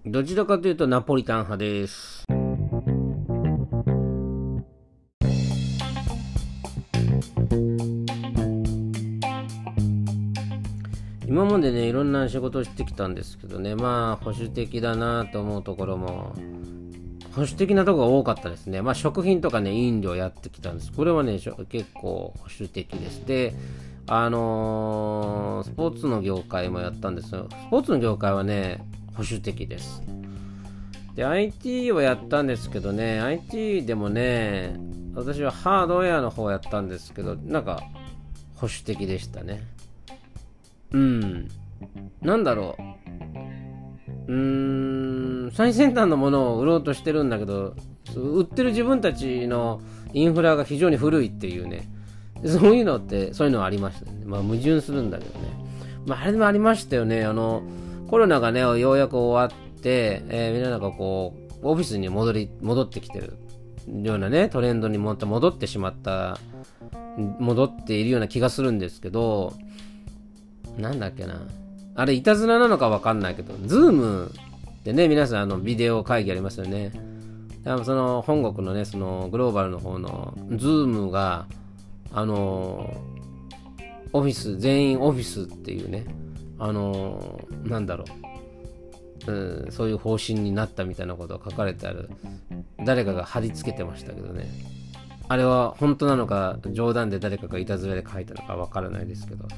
どちらかというとナポリタン派です。今までね、いろんな仕事をしてきたんですけどね、まあ保守的だなと思うところも保守的なところが多かったですね。まあ食品とかね、飲料やってきたんです。これはね、結構保守的です。で、スポーツの業界もやったんですよ。スポーツの業界はね、保守的です。で、IT をやったんですけどね、IT でもね、私はハードウェアの方をやったんですけど、なんか保守的でしたね。なんだろ最先端のものを売ろうとしてるんだけど、売ってる自分たちのインフラが非常に古いっていうね、そういうのはありましたね。まあ矛盾するんだけどね。まああれもありましたよね。コロナがね、ようやく終わって、みんななんかこう、オフィスに戻ってきてるようなね、トレンドに戻っているような気がするんですけど、なんだっけな。あれ、いたずらなのかわかんないけど、ズームでね、皆さんビデオ会議ありますよね。その本国のね、そのグローバルの方のズームが、全員オフィスっていうね、なんだろう、そういう方針になったみたいなことが書かれてある、誰かが貼り付けてましたけどね。あれは本当なのか、冗談で誰かがいたずらで書いたのかわからないですけど。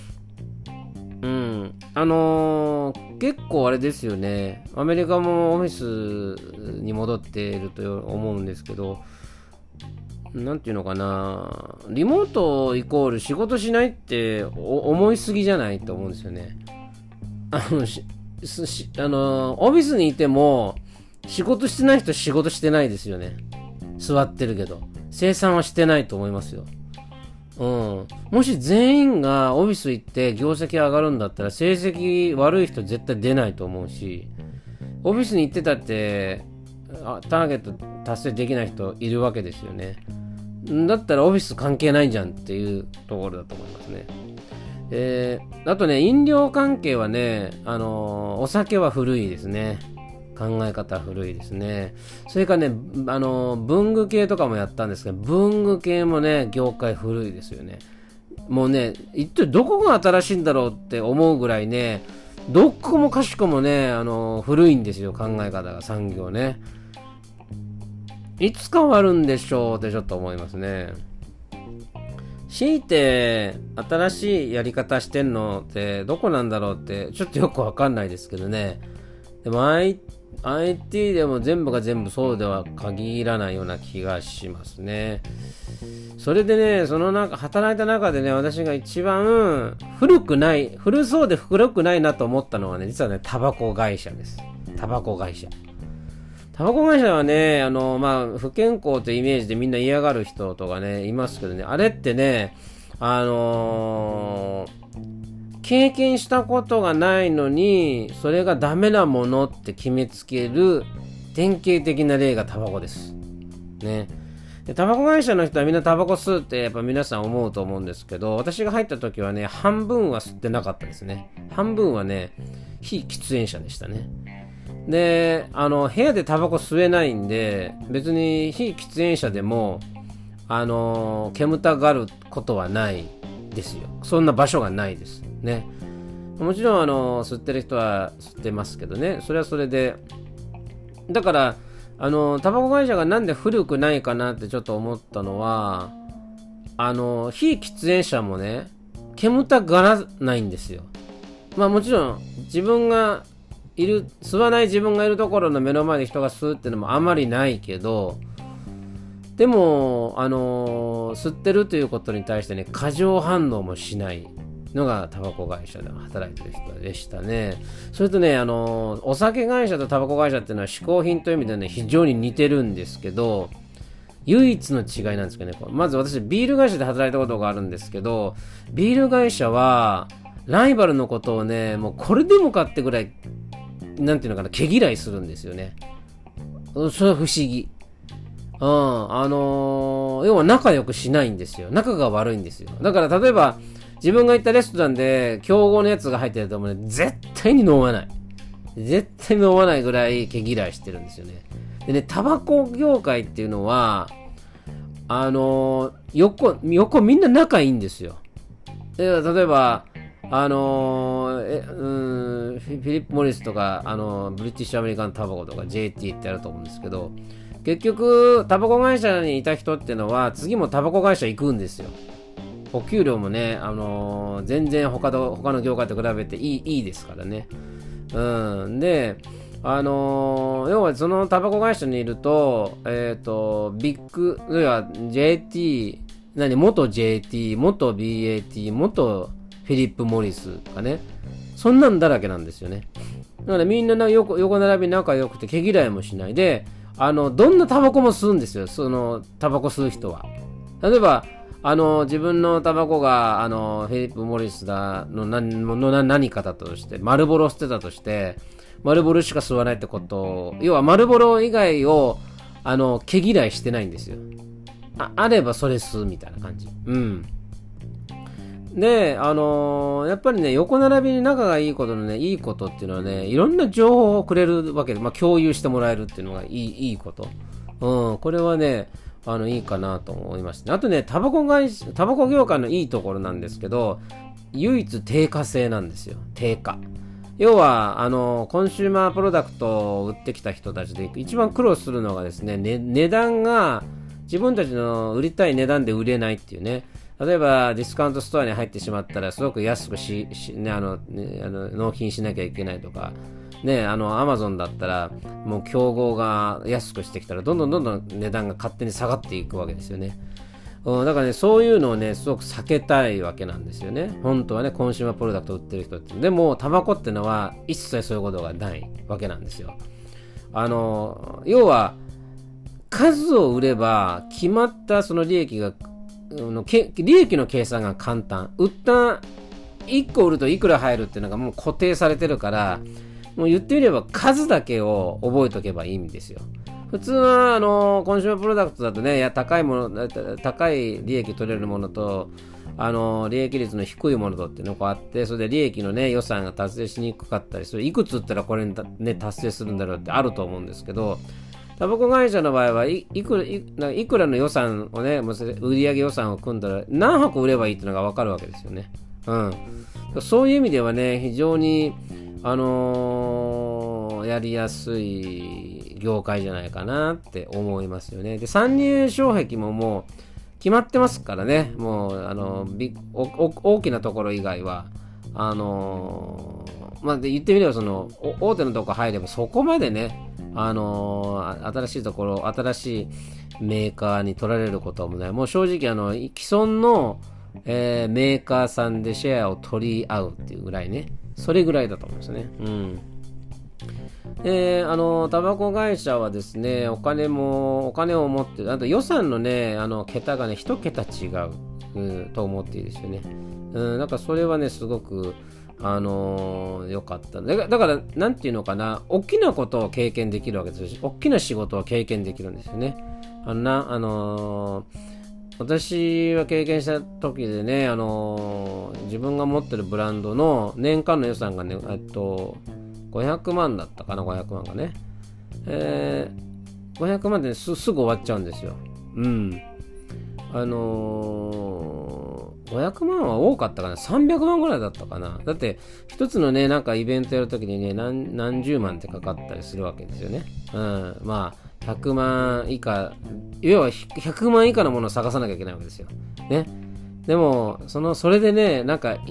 結構あれですよね。アメリカもオフィスに戻っていると思うんですけど、なんていうのかな、リモートイコール仕事しないって思いすぎじゃないと思うんですよね。オフィスにいても仕事してない人仕事してないですよね。座ってるけど生産はしてないと思いますよ。もし全員がオフィス行って業績上がるんだったら成績悪い人絶対出ないと思うし、オフィスに行ってたってターゲット達成できない人いるわけですよね。だったらオフィス関係ないじゃんっていうところだと思いますね。あとね、飲料関係はね、お酒は古いですね。考え方は古いですね。それからね、文具系とかもやったんですけど、文具系もね、業界古いですよね。もうね、一体どこが新しいんだろうって思うぐらいね、どこもかしこもね、古いんですよ、考え方が、産業ね。いつ変わるんでしょうってちょっと思いますね。強いて新しいやり方してんのってどこなんだろうってちょっとよくわかんないですけどね。でも IT でも全部が全部そうでは限らないような気がしますね。それでね、働いた中でね、私が一番古そうで古くないなと思ったのはね、実はね、タバコ会社です。タバコ会社。タバコ会社はね、不健康というイメージでみんな嫌がる人とかね、いますけどね、あれってね、経験したことがないのに、それがダメなものって決めつける典型的な例がタバコです。ね。で、タバコ会社の人はみんなタバコ吸うってやっぱ皆さん思うと思うんですけど、私が入った時はね、半分は吸ってなかったですね。半分はね、非喫煙者でしたね。で、部屋でタバコ吸えないんで、別に非喫煙者でも、煙たがることはないですよ。そんな場所がないです。ね。もちろん、吸ってる人は吸ってますけどね。それはそれで。だから、タバコ会社がなんで古くないかなってちょっと思ったのは、非喫煙者もね、煙たがらないんですよ。まあもちろん、吸わない自分がいるところの目の前で人が吸うっていうのもあまりないけど、でも、吸ってるということに対してね、過剰反応もしないのがタバコ会社で働いてる人でしたね。それとね、お酒会社とタバコ会社っていうのは嗜好品という意味でね、非常に似てるんですけど、唯一の違いなんですけどね、まず私、ビール会社で働いたことがあるんですけど、ビール会社は、ライバルのことをね、もうこれでもかってぐらい、なんていうのかな、毛嫌いするんですよね。それは不思議。要は仲良くしないんですよ。仲が悪いんですよ。だから例えば、自分が行ったレストランで競合のやつが入ってるともうね、絶対に飲まない。 絶対飲まないぐらい毛嫌いしてるんですよね。でね、タバコ業界っていうのは、横みんな仲いいんですよ。例えば、フィリップ・モリスとか、ブリティッシュ・アメリカン・タバコとか JT ってあると思うんですけど、結局、タバコ会社にいた人っていうのは、次もタバコ会社行くんですよ。お給料もね、全然他の業界と比べていいですからね。で、要はそのタバコ会社にいると、ビッグ、要は JT、元 JT、元 BAT、元フィリップ・モリスとかね、そんなんだらけなんですよね。だからみんな横並び仲良くて毛嫌いもしないで、どんなタバコも吸うんですよ、そのタバコ吸う人は。例えば、自分のタバコが、フィリップ・モリスだの何かだとして、丸ボロ捨てたとして、丸ボロしか吸わないってこと、要は丸ボロ以外を、毛嫌いしてないんですよ。あればそれ吸うみたいな感じ。で、やっぱりね、横並びに仲がいいことのね、いいことっていうのはね、いろんな情報をくれるわけで、共有してもらえるっていうのがいいこと。これはね、いいかなと思いました。あとね、タバコ業界のいいところなんですけど、唯一定価制なんですよ。定価。要は、コンシューマープロダクトを売ってきた人たちで一番苦労するのがですね、値段が自分たちの売りたい値段で売れないっていうね。例えば、ディスカウントストアに入ってしまったら、すごく安く納品しなきゃいけないとか、ね、アマゾンだったら、もう競合が安くしてきたら、どんどん値段が勝手に下がっていくわけですよね。だからね、そういうのをね、すごく避けたいわけなんですよね。本当はね、コンシューマープロダクト売ってる人って。でも、タバコってのは、一切そういうことがないわけなんですよ。要は、数を売れば、決まったその利益の計算が簡単。売った1個売るといくら入るっていうのがもう固定されてるから、もう言ってみれば数だけを覚えとけばいいんですよ。普通はコンシューマープロダクトだとね、高い利益取れるものと、利益率の低いものとっていうのがあって、それで利益のね、予算が達成しにくかったりする。いくつ売ったらこれにね、達成するんだろうってあると思うんですけど、タバコ会社の場合はいくらの予算をね、売上予算を組んだら何箱売ればいいっていうのが分かるわけですよね。そういう意味ではね、非常にやりやすい業界じゃないかなって思いますよね。で、参入障壁ももう決まってますからね。もう大きなところ以外はで言ってみれば大手のとこ入ればそこまでね、新しいところ、新しいメーカーに取られることもない。もう正直既存の、メーカーさんでシェアを取り合うっていうぐらいね、それぐらいだと思うんですね。タバコ会社はですね、お金を持ってる。あと予算のね、桁がね、一桁違う、と思っていいですよね。なんかそれはね、すごく、良かった。だから、なんていうのかな、大きなことを経験できるわけですし、大きな仕事を経験できるんですよね。私は経験した時でね、自分が持ってるブランドの年間の予算がね、500万だったかな、500万がね。500万ですぐ終わっちゃうんですよ。500万は多かったかな、300万ぐらいだったかな。だって一つのね、なんかイベントやるときにね、何十万ってかかったりするわけですよね。100万以下、要は100万以下のものを探さなきゃいけないわけですよ。ね。でもそれでね、なんか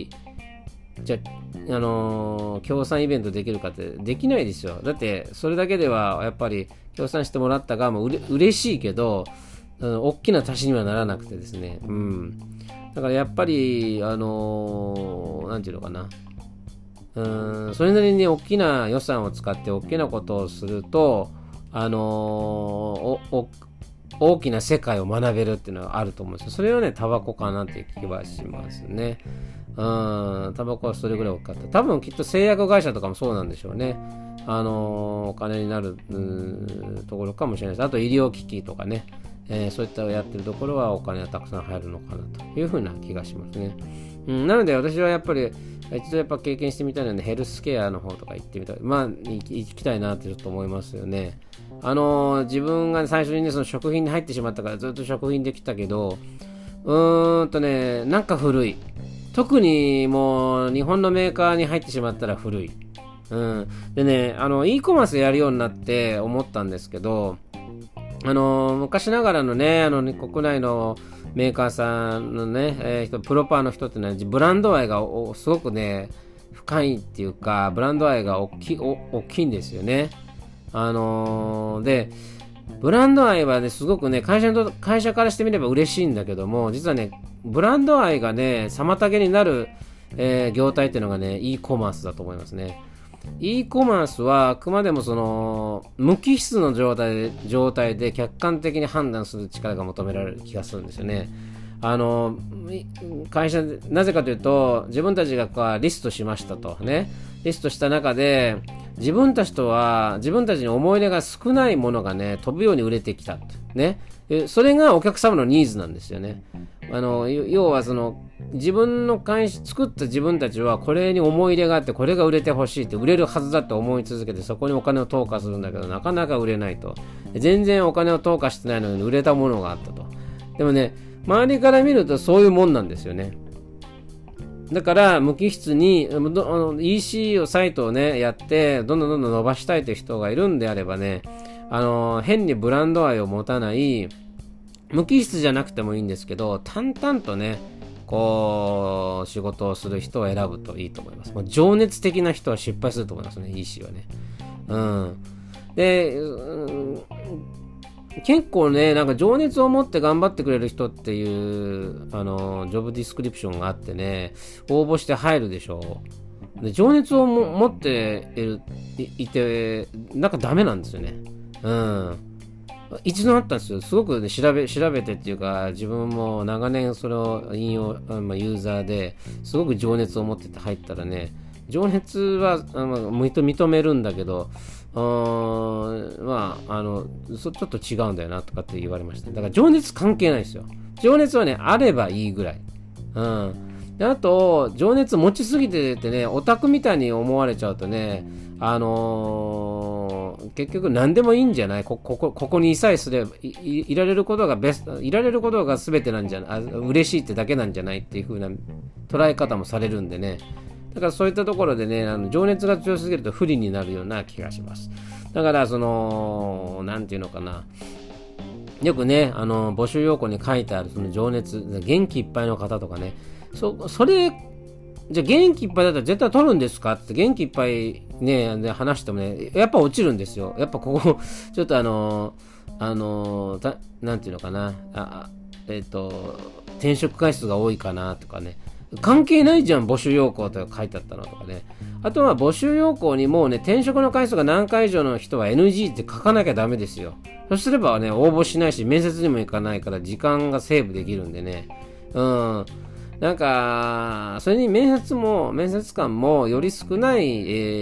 協賛イベントできるかってできないですよ。だってそれだけではやっぱり協賛してもらった側も嬉しいけど、大きな足しにはならなくてですね。だからやっぱりなんていうのかな、それなりに大きな予算を使って大きなことをすると、大きな世界を学べるっていうのがあると思うんですよ。それはね、タバコかなっていう気はしますね。タバコはそれぐらい大きかった。多分きっと製薬会社とかもそうなんでしょうね。お金になるところかもしれないです。あと医療機器とかね、そういったやってるところはお金がたくさん入るのかなというふうな気がしますね。なので私はやっぱり、 一度やっぱ経験してみたいので、ヘルスケアの方とか行ってみたい。行きたいなってちょっと思いますよね。自分が最初にね、その食品に入ってしまったからずっと食品できたけど、なんか古い。特にもう日本のメーカーに入ってしまったら古い。でね、e コマースやるようになって思ったんですけど、昔ながらのね、国内のメーカーさんのね、プロパーの人ってね、ブランド愛がすごくね、深いっていうか、ブランド愛が大きいんですよね。で、ブランド愛はね、すごくね、会社からしてみれば嬉しいんだけども、実はね、ブランド愛がね、妨げになる、業態っていうのがね、e コマースだと思いますね。e コマースはあくまでもその無機質の状態で客観的に判断する力が求められる気がするんですよね。会社でなぜかというと、自分たちがリストしましたとね、リストした中で自分たちに思い入れが少ないものがね、飛ぶように売れてきたね。それがお客様のニーズなんですよね。要はその作った自分たちはこれに思い入れがあって、これが売れてほしいって売れるはずだと思い続けて、そこにお金を投下するんだけど、なかなか売れないと。全然お金を投下してないのに売れたものがあったと。でもね、周りから見るとそういうもんなんですよね。だから無機質にEC サイトをねやって、どんどん伸ばしたいという人がいるんであればね、変にブランド愛を持たない無機質じゃなくてもいいんですけど、淡々とねこう仕事をする人を選ぶといいと思います。もう情熱的な人は失敗すると思いますね、EC はね。で、結構ね、なんか情熱を持って頑張ってくれる人っていうジョブディスクリプションがあってね、応募して入るでしょう。で、情熱を持っていてなんかダメなんですよね。一度あったんですよ。すごく、ね、調べてっていうか、自分も長年それを引用、ユーザーですごく情熱を持ってて入ったらね、情熱は認めるんだけど、ちょっと違うんだよなとかって言われました。だから情熱関係ないですよ。情熱はね、あればいいぐらい。で、あと、情熱持ちすぎててね、オタクみたいに思われちゃうとね、結局何でもいいんじゃない、ここにいさえすればいられることが全てなんじゃない、嬉しいってだけなんじゃないっていう風な捉え方もされるんでね。だからそういったところでね、情熱が強すぎると不利になるような気がします。だからなんていうのかな、よくね、募集要項に書いてあるその情熱、元気いっぱいの方とかね、それじゃあ元気いっぱいだったら絶対取るんですかって元気いっぱいねで話してもね、やっぱ落ちるんですよ。やっぱここちょっとなんていうのかな、転職回数が多いかなとかね、関係ないじゃん募集要項とか書いてあったのとかね。あとは募集要項にもうね、転職の回数が何回以上の人は NG って書かなきゃダメですよ。そうすればね、応募しないし面接にも行かないから時間がセーブできるんでね。なんかそれに面接官もより少ない、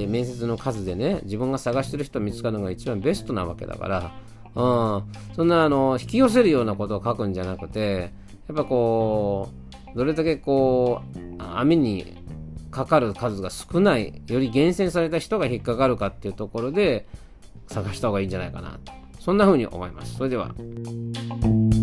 面接の数でね、自分が探してる人を見つかるのが一番ベストなわけだから、そんな引き寄せるようなことを書くんじゃなくて、やっぱこうどれだけこう網にかかる数が少ない、より厳選された人が引っかかるかっていうところで探した方がいいんじゃないかなと、そんな風に思います。それでは。